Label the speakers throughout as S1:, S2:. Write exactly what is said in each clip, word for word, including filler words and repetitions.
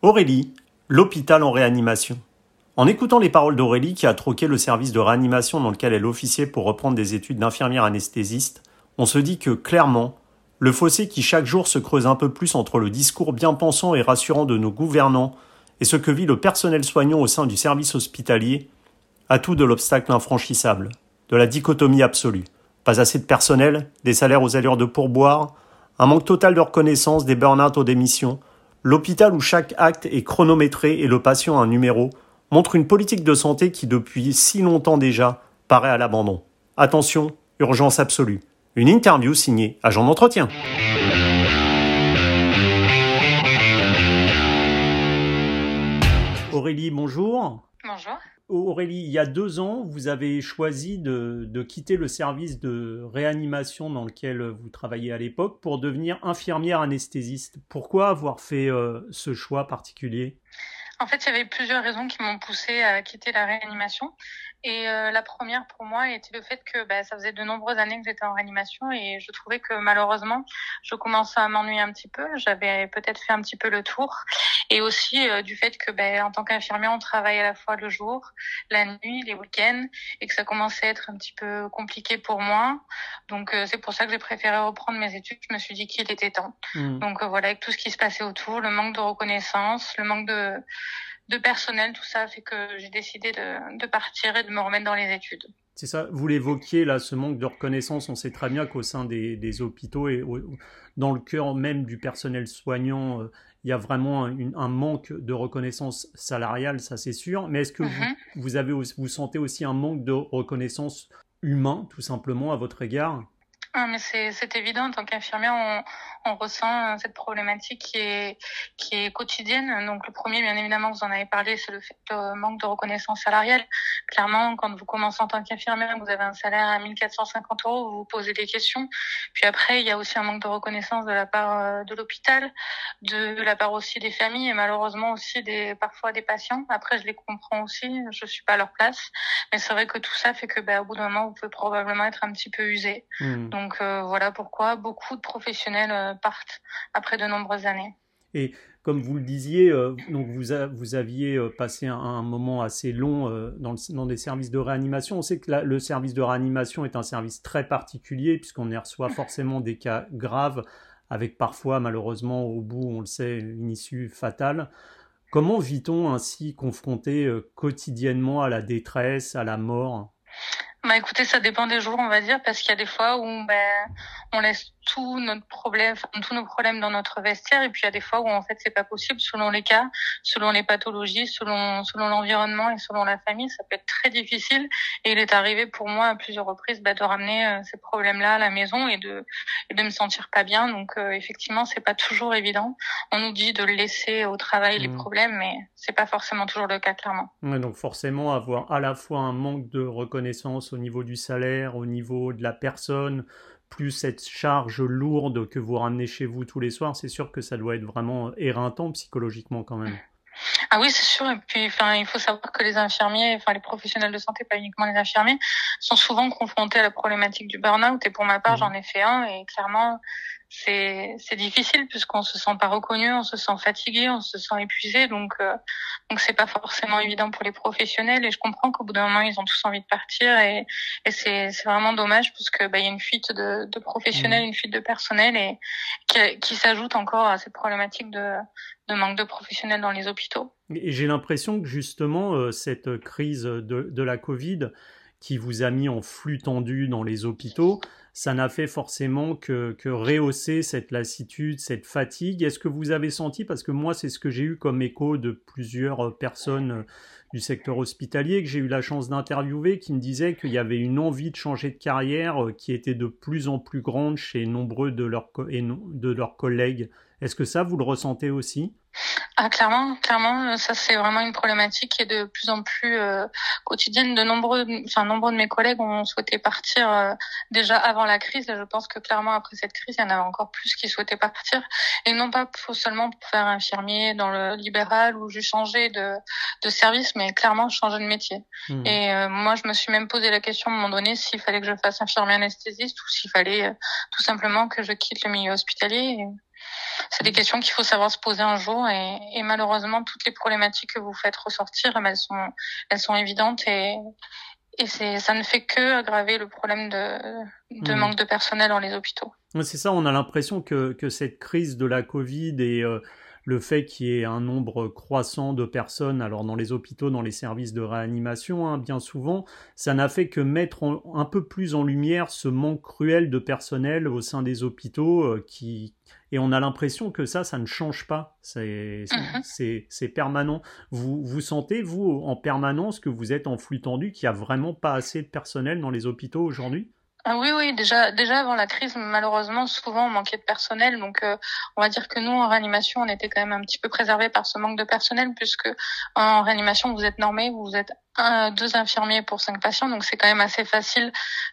S1: Aurélie, l'hôpital en réanimation. En écoutant les paroles d'Aurélie qui a troqué le service de réanimation dans lequel elle officiait pour reprendre des études d'infirmière anesthésiste, on se dit que clairement, le fossé qui chaque jour se creuse un peu plus entre le discours bien pensant et rassurant de nos gouvernants et ce que vit le personnel soignant au sein du service hospitalier, a tout de l'obstacle infranchissable, de la dichotomie absolue. Pas assez de personnel, des salaires aux allures de pourboire, un manque total de reconnaissance, des burn-out aux démissions. L'hôpital où chaque acte est chronométré et le patient a un numéro montre une politique de santé qui, depuis si longtemps déjà, paraît à l'abandon. Attention, urgence absolue. Une interview signée Agent d'entretien. Aurélie, bonjour.
S2: Bonjour.
S1: Aurélie, il y a deux ans, vous avez choisi de, de quitter le service de réanimation dans lequel vous travailliez à l'époque pour devenir infirmière anesthésiste. Pourquoi avoir fait euh, ce choix particulier ?
S2: En fait, il y avait plusieurs raisons qui m'ont poussée à quitter la réanimation. Et euh, la première pour moi était le fait que bah, ça faisait de nombreuses années que j'étais en réanimation et je trouvais que malheureusement, je commençais à m'ennuyer un petit peu. J'avais peut-être fait un petit peu le tour. Et aussi euh, du fait que bah, en tant qu'infirmière, on travaille à la fois le jour, la nuit, les week-ends et que ça commençait à être un petit peu compliqué pour moi. Donc euh, c'est pour ça que j'ai préféré reprendre mes études. Je me suis dit qu'il était temps. Mmh. Donc euh, voilà, avec tout ce qui se passait autour, le manque de reconnaissance, le manque de... de personnel, tout ça fait que j'ai décidé de, de partir et de me remettre dans les études.
S1: C'est ça, vous l'évoquiez là, ce manque de reconnaissance, on sait très bien qu'au sein des, des hôpitaux et au, dans le cœur même du personnel soignant, euh, il y a vraiment un, un manque de reconnaissance salariale, ça c'est sûr, mais est-ce que mm-hmm. vous, vous, avez, vous sentez aussi un manque de reconnaissance humain, tout simplement, à votre égard ?
S2: Ah, mais c'est, c'est évident, en tant qu'infirmière, on, on ressent cette problématique qui est, qui est quotidienne. Donc, le premier, bien évidemment, vous en avez parlé, c'est le fait de manque de reconnaissance salariale. Clairement, quand vous commencez en tant qu'infirmière, vous avez un salaire à mille quatre cent cinquante euros, vous vous posez des questions. Puis après, il y a aussi un manque de reconnaissance de la part de l'hôpital, de la part aussi des familles et malheureusement aussi des, parfois des patients. Après, je les comprends aussi, je suis pas à leur place. Mais c'est vrai que tout ça fait que, bah, au bout d'un moment, vous pouvez probablement être un petit peu usé. Mmh. Donc, Donc euh, voilà pourquoi beaucoup de professionnels euh, partent après de nombreuses années.
S1: Et comme vous le disiez, euh, donc vous, a, vous aviez euh, passé un, un moment assez long euh, dans, le, dans des services de réanimation. On sait que la, le service de réanimation est un service très particulier puisqu'on y reçoit forcément des cas graves avec parfois malheureusement au bout, on le sait, une issue fatale. Comment vit-on ainsi confronté euh, quotidiennement à la détresse, à la mort ?
S2: Bah écoutez, ça dépend des jours, on va dire, parce qu'il y a des fois où ben on laisse tout notre problème, enfin, tous nos problèmes dans notre vestiaire, et puis il y a des fois où en fait c'est pas possible, selon les cas, selon les pathologies, selon selon l'environnement et selon la famille, ça peut être très difficile. Et il est arrivé pour moi à plusieurs reprises bah, de ramener euh, ces problèmes-là à la maison et de et de me sentir pas bien. Donc euh, effectivement, c'est pas toujours évident. On nous dit de laisser au travail mmh. les problèmes, mais c'est pas forcément toujours le cas, clairement.
S1: Ouais, donc forcément avoir à la fois un manque de reconnaissance au niveau du salaire, au niveau de la personne, plus cette charge lourde que vous ramenez chez vous tous les soirs, c'est sûr que ça doit être vraiment éreintant psychologiquement quand même.
S2: Ah oui, c'est sûr. Et puis, enfin, il faut savoir que les infirmiers, enfin les professionnels de santé, pas uniquement les infirmiers, sont souvent confrontés à la problématique du burn-out. Et pour ma part, mmh. j'en ai fait un. Et clairement, c'est c'est difficile puisqu'on se sent pas reconnu, on se sent fatigué, on se sent épuisé. Donc, euh, donc c'est pas forcément évident pour les professionnels. Et je comprends qu'au bout d'un moment, ils ont tous envie de partir. Et, et c'est c'est vraiment dommage parce que bah il y a une fuite de, de professionnels, mmh. une fuite de personnel et qui, qui s'ajoute encore à cette problématique de de manque de professionnels dans les hôpitaux.
S1: Et j'ai l'impression que justement, euh, cette crise de, de la Covid qui vous a mis en flux tendu dans les hôpitaux, ça n'a fait forcément que, que rehausser cette lassitude, cette fatigue. Est-ce que vous avez senti, parce que moi c'est ce que j'ai eu comme écho de plusieurs personnes du secteur hospitalier que j'ai eu la chance d'interviewer, qui me disaient qu'il y avait une envie de changer de carrière qui était de plus en plus grande chez nombreux de leurs, co- et no- de leurs collègues. Est-ce que ça, vous le ressentez aussi ?
S2: Ah clairement, clairement, ça c'est vraiment une problématique qui est de plus en plus euh, quotidienne. De nombreux, enfin nombreux de mes collègues ont souhaité partir euh, déjà avant la crise. Et je pense que clairement après cette crise, il y en avait encore plus qui souhaitaient partir. Et non pas pour seulement pour faire infirmier dans le libéral ou juste changer de de service, mais clairement changer de métier. Mmh. Et euh, moi, je me suis même posé la question à un moment donné s'il fallait que je fasse infirmier anesthésiste ou s'il fallait euh, tout simplement que je quitte le milieu hospitalier. Et c'est des questions qu'il faut savoir se poser un jour et, et malheureusement toutes les problématiques que vous faites ressortir, elles sont, elles sont évidentes et, et c'est, ça ne fait que aggraver le problème de, de mmh. manque de personnel dans les hôpitaux.
S1: C'est ça, on a l'impression que, que cette crise de la Covid et euh, le fait qu'il y ait un nombre croissant de personnes, alors dans les hôpitaux, dans les services de réanimation, hein, bien souvent, ça n'a fait que mettre en, un peu plus en lumière ce manque cruel de personnel au sein des hôpitaux euh, qui... Et on a l'impression que ça, ça ne change pas. C'est, c'est, mm-hmm. c'est, c'est permanent. Vous, vous sentez, vous, en permanence, que vous êtes en flux tendu, qu'il n'y a vraiment pas assez de personnel dans les hôpitaux aujourd'hui ?
S2: Ah oui, oui, déjà, déjà avant la crise, malheureusement, souvent on manquait de personnel. Donc, euh, on va dire que nous, en réanimation, on était quand même un petit peu préservés par ce manque de personnel, puisque en réanimation, vous êtes normé, vous êtes un, deux infirmiers pour cinq patients, donc c'est quand même assez facile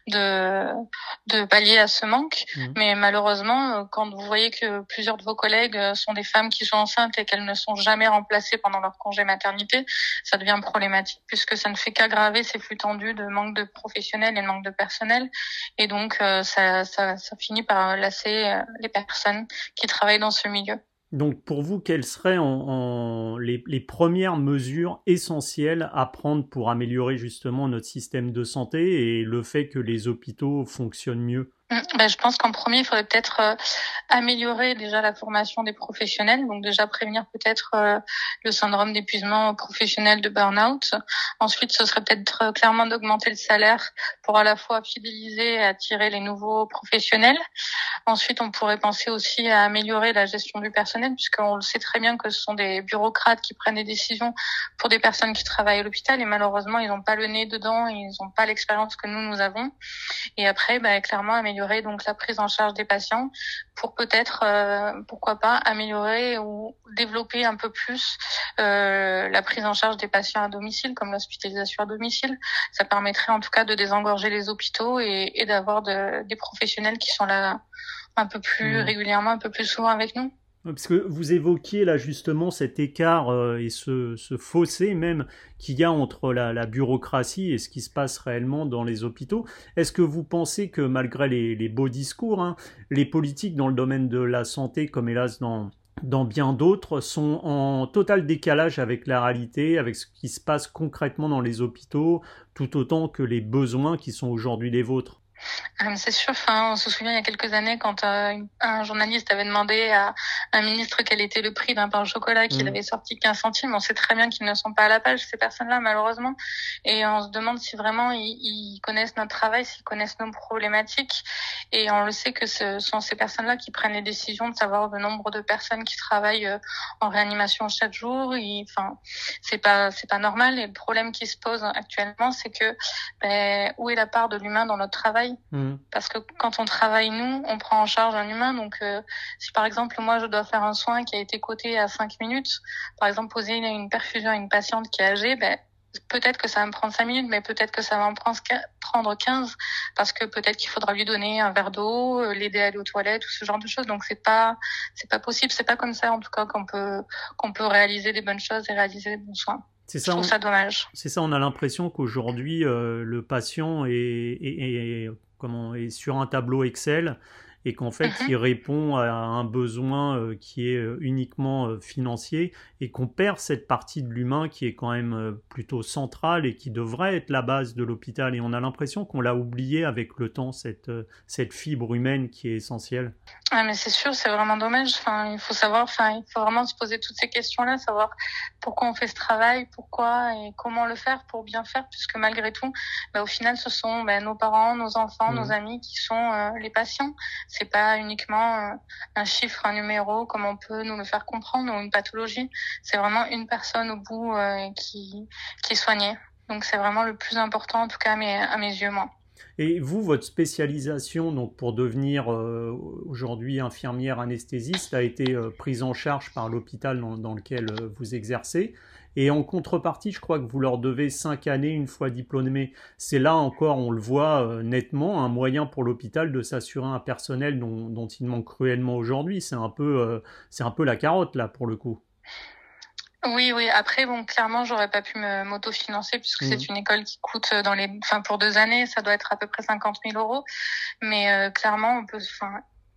S2: de de pallier à ce manque. Mmh. Mais malheureusement, quand vous voyez que plusieurs de vos collègues sont des femmes qui sont enceintes et qu'elles ne sont jamais remplacées pendant leur congé maternité, ça devient problématique, puisque ça ne fait qu'aggraver ces flux tendus de manque de professionnels et de manque de personnel. Et donc, euh, ça, ça, ça finit par lasser euh, les personnes qui travaillent dans ce milieu.
S1: Donc, pour vous, quelles seraient en, en les, les premières mesures essentielles à prendre pour améliorer justement notre système de santé et le fait que les hôpitaux fonctionnent mieux ?
S2: Ben, je pense qu'en premier, il faudrait peut-être euh, améliorer déjà la formation des professionnels, donc déjà prévenir peut-être euh, le syndrome d'épuisement professionnel, de burn-out. Ensuite, ce serait peut-être euh, clairement d'augmenter le salaire pour à la fois fidéliser et attirer les nouveaux professionnels. Ensuite, on pourrait penser aussi à améliorer la gestion du personnel, puisqu'on le sait très bien que ce sont des bureaucrates qui prennent des décisions pour des personnes qui travaillent à l'hôpital et malheureusement, ils n'ont pas le nez dedans, ils n'ont pas l'expérience que nous, nous avons. Et après, ben, clairement, améliorer donc la prise en charge des patients pour peut-être, euh, pourquoi pas, améliorer ou développer un peu plus euh, la prise en charge des patients à domicile, comme l'hospitalisation à domicile. Ça permettrait en tout cas de désengorger les hôpitaux et, et d'avoir de, des professionnels qui sont là un peu plus mmh. régulièrement, un peu plus souvent avec nous.
S1: Parce que vous évoquiez là justement cet écart euh, et ce, ce fossé même qu'il y a entre la, la bureaucratie et ce qui se passe réellement dans les hôpitaux. Est-ce que vous pensez que malgré les, les beaux discours, hein, les politiques dans le domaine de la santé, comme hélas dans, dans bien d'autres, sont en total décalage avec la réalité, avec ce qui se passe concrètement dans les hôpitaux, tout autant que les besoins qui sont aujourd'hui les vôtres ?
S2: C'est sûr, enfin, on se souvient il y a quelques années quand euh, un journaliste avait demandé à un ministre quel était le prix d'un pain au chocolat qu'il mmh. avait sorti quinze centimes. On sait très bien qu'ils ne sont pas à la page, ces personnes-là, malheureusement. Et on se demande si vraiment ils, ils connaissent notre travail, s'ils connaissent nos problématiques. Et on le sait que ce sont ces personnes-là qui prennent les décisions de savoir le nombre de personnes qui travaillent euh, en réanimation chaque jour. Et, enfin, c'est pas, c'est pas normal. Et le problème qui se pose actuellement, c'est que ben, où est la part de l'humain dans notre travail ? Mmh. Parce que quand on travaille, nous, on prend en charge un humain. Donc, euh, si par exemple, moi, je dois faire un soin qui a été coté à cinq minutes, par exemple, poser une, une perfusion à une patiente qui est âgée, ben, peut-être que ça va me prendre cinq minutes, mais peut-être que ça va me prendre quinze, parce que peut-être qu'il faudra lui donner un verre d'eau, l'aider à aller aux toilettes, ou ce genre de choses. Donc, c'est pas, c'est pas possible. C'est pas comme ça, en tout cas, qu'on peut, qu'on peut réaliser des bonnes choses et réaliser des bons soins.
S1: C'est
S2: ça,
S1: Je trouve
S2: on, ça dommage.
S1: C'est ça, on a l'impression qu'aujourd'hui, euh, le patient est, est, est, comment, est sur un tableau Excel et qu'en fait, mm-hmm. il répond à un besoin euh, qui est euh, uniquement euh, financier et qu'on perd cette partie de l'humain qui est quand même euh, plutôt centrale et qui devrait être la base de l'hôpital. Et on a l'impression qu'on l'a oublié avec le temps, cette, euh, cette fibre humaine qui est essentielle.
S2: Ah, mais c'est sûr, c'est vraiment dommage. Enfin, il faut savoir, enfin, il faut vraiment se poser toutes ces questions-là, savoir pourquoi on fait ce travail, pourquoi et comment le faire pour bien faire, puisque malgré tout, bah, au final, ce sont bah, nos parents, nos enfants, mmh. nos amis qui sont euh, les patients. C'est pas uniquement euh, un chiffre, un numéro, comme on peut nous le faire comprendre, ou une pathologie. C'est vraiment une personne au bout euh, qui, qui est soignée. Donc, c'est vraiment le plus important, en tout cas à mes, à mes yeux, moi.
S1: Et vous, votre spécialisation donc pour devenir euh, aujourd'hui infirmière anesthésiste a été euh, prise en charge par l'hôpital dans, dans lequel euh, vous exercez. Et en contrepartie, je crois que vous leur devez cinq années une fois diplômés. C'est là encore, on le voit euh, nettement, un moyen pour l'hôpital de s'assurer un personnel dont, dont il manque cruellement aujourd'hui. C'est un peu, euh, c'est un peu la carotte là pour le coup.
S2: Oui, oui. Après, bon, clairement, j'aurais pas pu me m'autofinancer puisque mmh. c'est une école qui coûte dans les, enfin, pour deux années, ça doit être à peu près cinquante mille euros. Mais euh, clairement, on peut, enfin,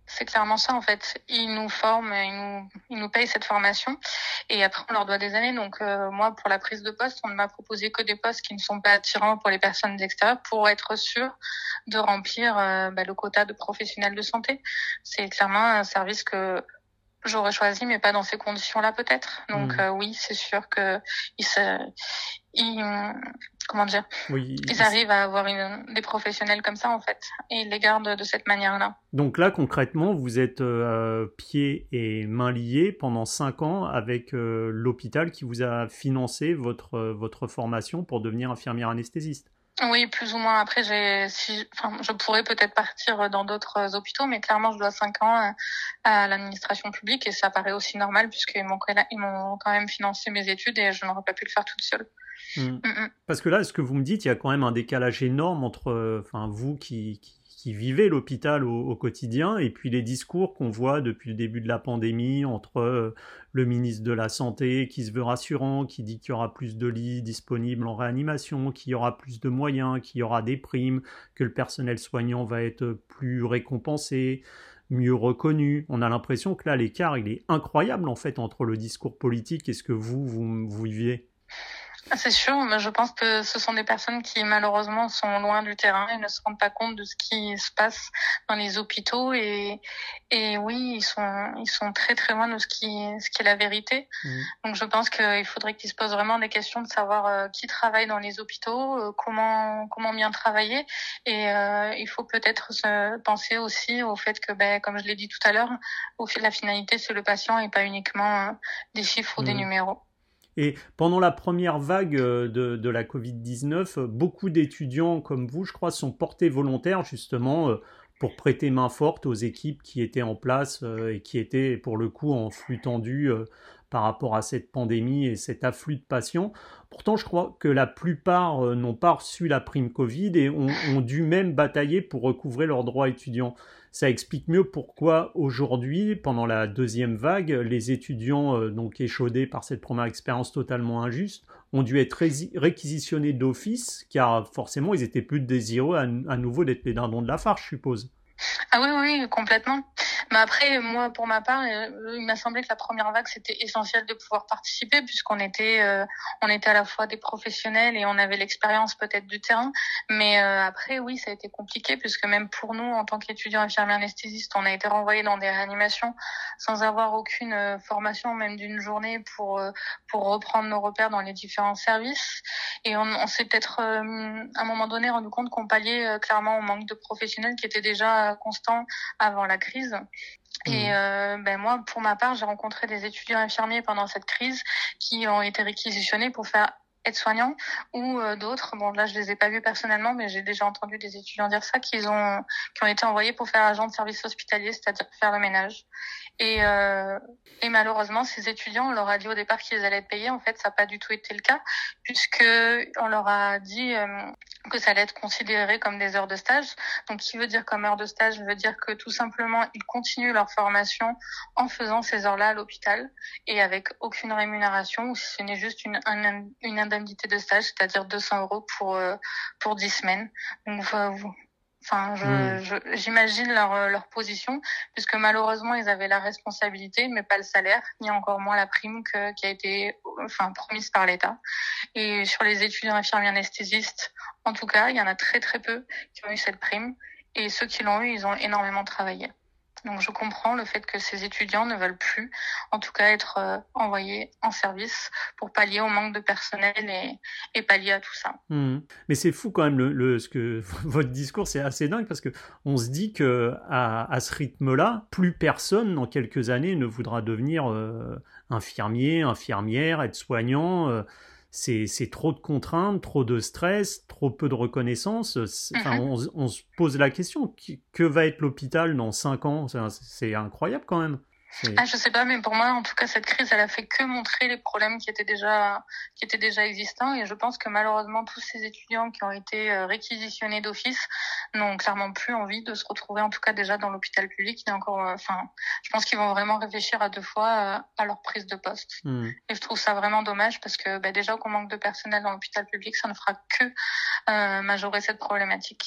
S2: C'est clairement ça en fait. Ils nous forment, ils nous, ils nous payent cette formation et après on leur doit des années. Donc euh, moi pour la prise de poste, on ne m'a proposé que des postes qui ne sont pas attirants pour les personnes extérieures pour être sûr de remplir euh, bah, le quota de professionnels de santé. C'est clairement un service que j'aurais choisi, mais pas dans ces conditions-là peut-être. Donc mmh. euh, oui, c'est sûr que ils, se, ils comment dire, oui, ils arrivent à avoir une, des professionnels comme ça en fait, et ils les gardent de cette manière-là.
S1: Donc là concrètement, vous êtes euh, pieds et mains liés pendant cinq ans avec euh, l'hôpital qui vous a financé votre euh, votre formation pour devenir infirmière anesthésiste.
S2: Oui, plus ou moins. Après, j'ai, si, enfin, je pourrais peut-être partir dans d'autres hôpitaux, mais clairement, je dois cinq ans à l'administration publique et ça paraît aussi normal puisqu'ils m'ont, ils m'ont quand même financé mes études et je n'aurais pas pu le faire toute seule.
S1: Mmh. Mmh. Parce que là, ce que vous me dites, il y a quand même un décalage énorme entre, enfin, vous qui, qui qui vivez l'hôpital au, au quotidien, et puis les discours qu'on voit depuis le début de la pandémie entre euh, le ministre de la Santé qui se veut rassurant, qui dit qu'il y aura plus de lits disponibles en réanimation, qu'il y aura plus de moyens, qu'il y aura des primes, que le personnel soignant va être plus récompensé, mieux reconnu. On a l'impression que là, l'écart, il est incroyable en fait entre le discours politique et ce que vous, vous, vous viviez.
S2: C'est sûr, mais je pense que ce sont des personnes qui malheureusement sont loin du terrain et ne se rendent pas compte de ce qui se passe dans les hôpitaux et et oui, ils sont ils sont très très loin de ce qui ce qui est la vérité. Mmh. Donc je pense qu'il faudrait qu'ils se posent vraiment des questions de savoir euh, qui travaille dans les hôpitaux, euh, comment comment bien travailler et euh, il faut peut-être se penser aussi au fait que ben comme je l'ai dit tout à l'heure, au fait la finalité c'est le patient et pas uniquement euh, des chiffres mmh. ou des numéros.
S1: Et pendant la première vague de, de la covid dix-neuf, beaucoup d'étudiants comme vous, je crois, sont portés volontaires justement pour prêter main forte aux équipes qui étaient en place et qui étaient pour le coup en flux tendu par rapport à cette pandémie et cet afflux de patients. Pourtant, je crois que la plupart n'ont pas reçu la prime Covid et ont, ont dû même batailler pour recouvrer leurs droits étudiants. Ça explique mieux pourquoi aujourd'hui, pendant la deuxième vague, les étudiants euh, donc échaudés par cette première expérience totalement injuste ont dû être ré- réquisitionnés d'office, car forcément ils étaient plus désireux à, à nouveau d'être les dindons de la farce, je suppose.
S2: Ah oui, oui, complètement. Mais après, moi, pour ma part, euh, il m'a semblé que la première vague, c'était essentiel de pouvoir participer puisqu'on était, euh, on était à la fois des professionnels et on avait l'expérience peut-être du terrain. Mais euh, après, oui, ça a été compliqué puisque même pour nous, en tant qu'étudiants infirmiers anesthésistes, on a été renvoyés dans des réanimations sans avoir aucune euh, formation, même d'une journée, pour euh, pour reprendre nos repères dans les différents services. Et on, on s'est peut-être, euh, à un moment donné, rendu compte qu'on palliait euh, clairement au manque de professionnels qui était déjà constant avant la crise. Et euh, ben moi, pour ma part, j'ai rencontré des étudiants infirmiers pendant cette crise qui ont été réquisitionnés pour faire aides-soignants ou euh, d'autres. Bon, là, je les ai pas vus personnellement, mais j'ai déjà entendu des étudiants dire ça, qu'ils ont, qui ont été envoyés pour faire agent de service hospitalier, c'est-à-dire faire le ménage. Et, euh, et malheureusement, ces étudiants, on leur a dit au départ qu'ils allaient être payés. En fait, ça n'a pas du tout été le cas, puisque on leur a dit euh, que ça allait être considéré comme des heures de stage. Donc, qui veut dire comme heure de stage veut dire que tout simplement, ils continuent leur formation en faisant ces heures-là à l'hôpital et avec aucune rémunération, ou si ce n'est juste une, une, une indemnité de stage, c'est-à-dire deux cents euros pour euh, pour dix semaines. Donc, vous, Enfin, je, mmh. je, j'imagine leur, leur position, puisque malheureusement, ils avaient la responsabilité, mais pas le salaire, ni encore moins la prime que, qui a été enfin, promise par l'État. Et sur les étudiants infirmiers anesthésistes, en tout cas, il y en a très très peu qui ont eu cette prime. Et ceux qui l'ont eu, ils ont énormément travaillé. Donc je comprends le fait que ces étudiants ne veulent plus, en tout cas, être euh, envoyés en service pour pallier au manque de personnel et, et pallier à tout ça.
S1: Mmh. Mais c'est fou quand même, le, le, ce que votre discours, c'est assez dingue parce que on se dit que à, à ce rythme-là, plus personne dans quelques années ne voudra devenir euh, infirmier, infirmière, aide-soignant. Euh, c'est, c'est trop de contraintes, trop de stress, trop peu de reconnaissance. Enfin, mm-hmm. on, on se pose la question, que va être l'hôpital dans cinq ans? C'est, c'est incroyable quand même.
S2: Ah, je sais pas, mais pour moi, en tout cas, cette crise, elle a fait que montrer les problèmes qui étaient déjà, qui étaient déjà existants. Et je pense que malheureusement, tous ces étudiants qui ont été réquisitionnés d'office n'ont clairement plus envie de se retrouver, en tout cas déjà dans l'hôpital public. Et encore, enfin, euh, je pense qu'ils vont vraiment réfléchir à deux fois euh, à leur prise de poste. Mmh. Et je trouve ça vraiment dommage parce que bah, déjà qu'on manque de personnel dans l'hôpital public, ça ne fera que euh, majorer cette problématique.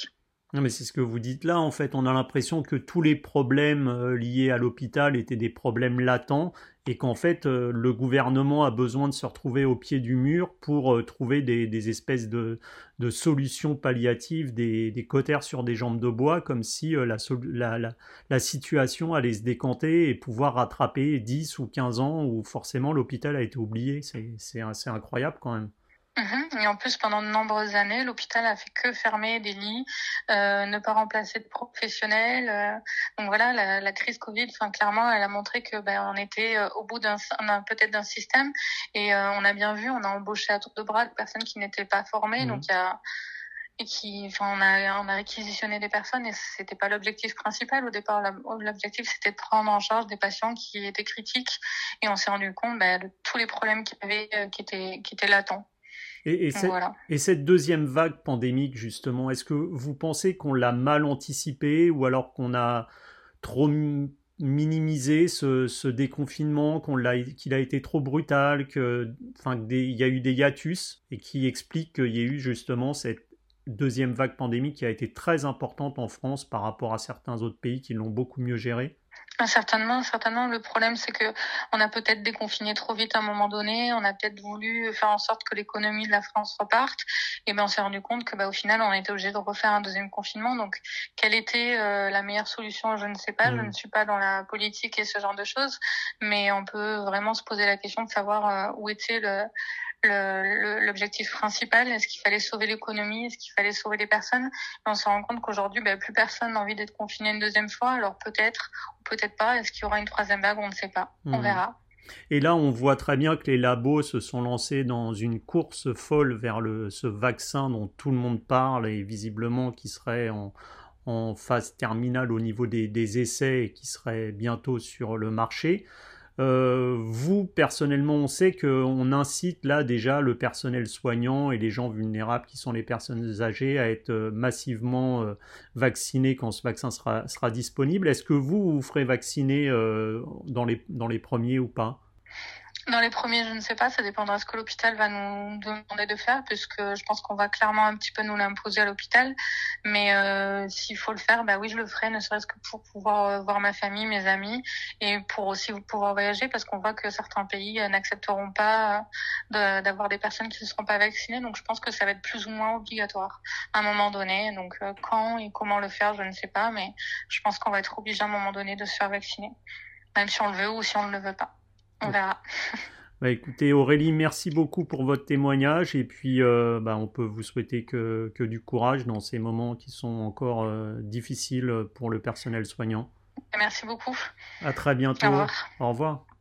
S1: Non, mais c'est ce que vous dites là. En fait, on a l'impression que tous les problèmes euh, liés à l'hôpital étaient des problèmes latents et qu'en fait, euh, le gouvernement a besoin de se retrouver au pied du mur pour euh, trouver des, des espèces de, de solutions palliatives, des, des cautères sur des jambes de bois, comme si euh, la, sol- la, la, la situation allait se décanter et pouvoir rattraper dix ou quinze ans où forcément l'hôpital a été oublié. C'est, c'est, c'est incroyable quand même.
S2: Mhm. Et en plus, pendant de nombreuses années, l'hôpital a fait que fermer des lits, euh, ne pas remplacer de professionnels. euh. Donc voilà, la, la crise Covid, enfin clairement, elle a montré que ben on était euh, au bout d'un d'un- peut-être d'un système. Et euh, on a bien vu, on a embauché à tour de bras des personnes qui n'étaient pas formées.
S1: Mmh.
S2: Donc il y a et qui, enfin, on a on a réquisitionné des personnes et c'était pas l'objectif principal au départ. La- L'objectif c'était de prendre en charge des patients qui étaient critiques et on s'est rendu compte ben, de tous les problèmes qu'il y avait, euh, qui étaient qui étaient latents.
S1: Et, et,
S2: Donc
S1: cette,
S2: voilà.
S1: et cette deuxième vague pandémique, justement, est-ce que vous pensez qu'on l'a mal anticipée ou alors qu'on a trop m- minimisé ce, ce déconfinement, qu'on l'a, qu'il a été trop brutal, que, enfin, qu'il y a eu des hiatus et qui expliquent qu'il y ait eu justement cette deuxième vague pandémique qui a été très importante en France par rapport à certains autres pays qui l'ont beaucoup mieux gérée?
S2: Ah, certainement, certainement. Le problème, c'est que on a peut-être déconfiné trop vite à un moment donné. On a peut-être voulu faire en sorte que l'économie de la France reparte. Et ben, on s'est rendu compte que, bah, au final, on était obligé de refaire un deuxième confinement. Donc, quelle était euh, la meilleure solution? Je ne sais pas. Je ne
S1: Mm.
S2: suis pas dans la politique et ce genre de choses. Mais on peut vraiment se poser la question de savoir euh, où était le, le, le- l'objectif principal. Est-ce qu'il fallait sauver l'économie? Est-ce qu'il fallait sauver les personnes? Et on se rend compte qu'aujourd'hui, bah, plus personne n'a envie d'être confiné une deuxième fois. Alors peut-être peut-être pas. Est-ce qu'il y aura une troisième vague? On ne sait pas. On
S1: Mm.
S2: verra.
S1: Et là, on voit très bien que les labos se sont lancés dans une course folle vers le, ce vaccin dont tout le monde parle et visiblement qui serait en, en phase terminale au niveau des, des essais et qui serait bientôt sur le marché. Euh, vous, personnellement, on sait qu'on incite là déjà le personnel soignant et les gens vulnérables qui sont les personnes âgées à être euh, massivement euh, vaccinés quand ce vaccin sera, sera disponible. Est-ce que vous vous ferez vacciner euh, dans, les, dans les premiers ou pas?
S2: Dans les premiers, je ne sais pas. Ça dépendra de ce que l'hôpital va nous demander de faire, puisque je pense qu'on va clairement un petit peu nous l'imposer à l'hôpital. Mais euh, s'il faut le faire, bah oui, je le ferai, ne serait-ce que pour pouvoir euh, voir ma famille, mes amis, et pour aussi pouvoir voyager, parce qu'on voit que certains pays euh, n'accepteront pas euh, de, d'avoir des personnes qui ne seront pas vaccinées. Donc je pense que ça va être plus ou moins obligatoire à un moment donné. Donc euh, quand et comment le faire, je ne sais pas, mais je pense qu'on va être obligé à un moment donné de se faire vacciner, même si on le veut ou si on ne le veut pas. On verra.
S1: Bah, écoutez, Aurélie, merci beaucoup pour votre témoignage et puis euh, bah, on peut vous souhaiter que, que du courage dans ces moments qui sont encore euh, difficiles pour le personnel soignant.
S2: Merci beaucoup.
S1: À très
S2: Au
S1: bientôt.
S2: revoir.
S1: Au revoir.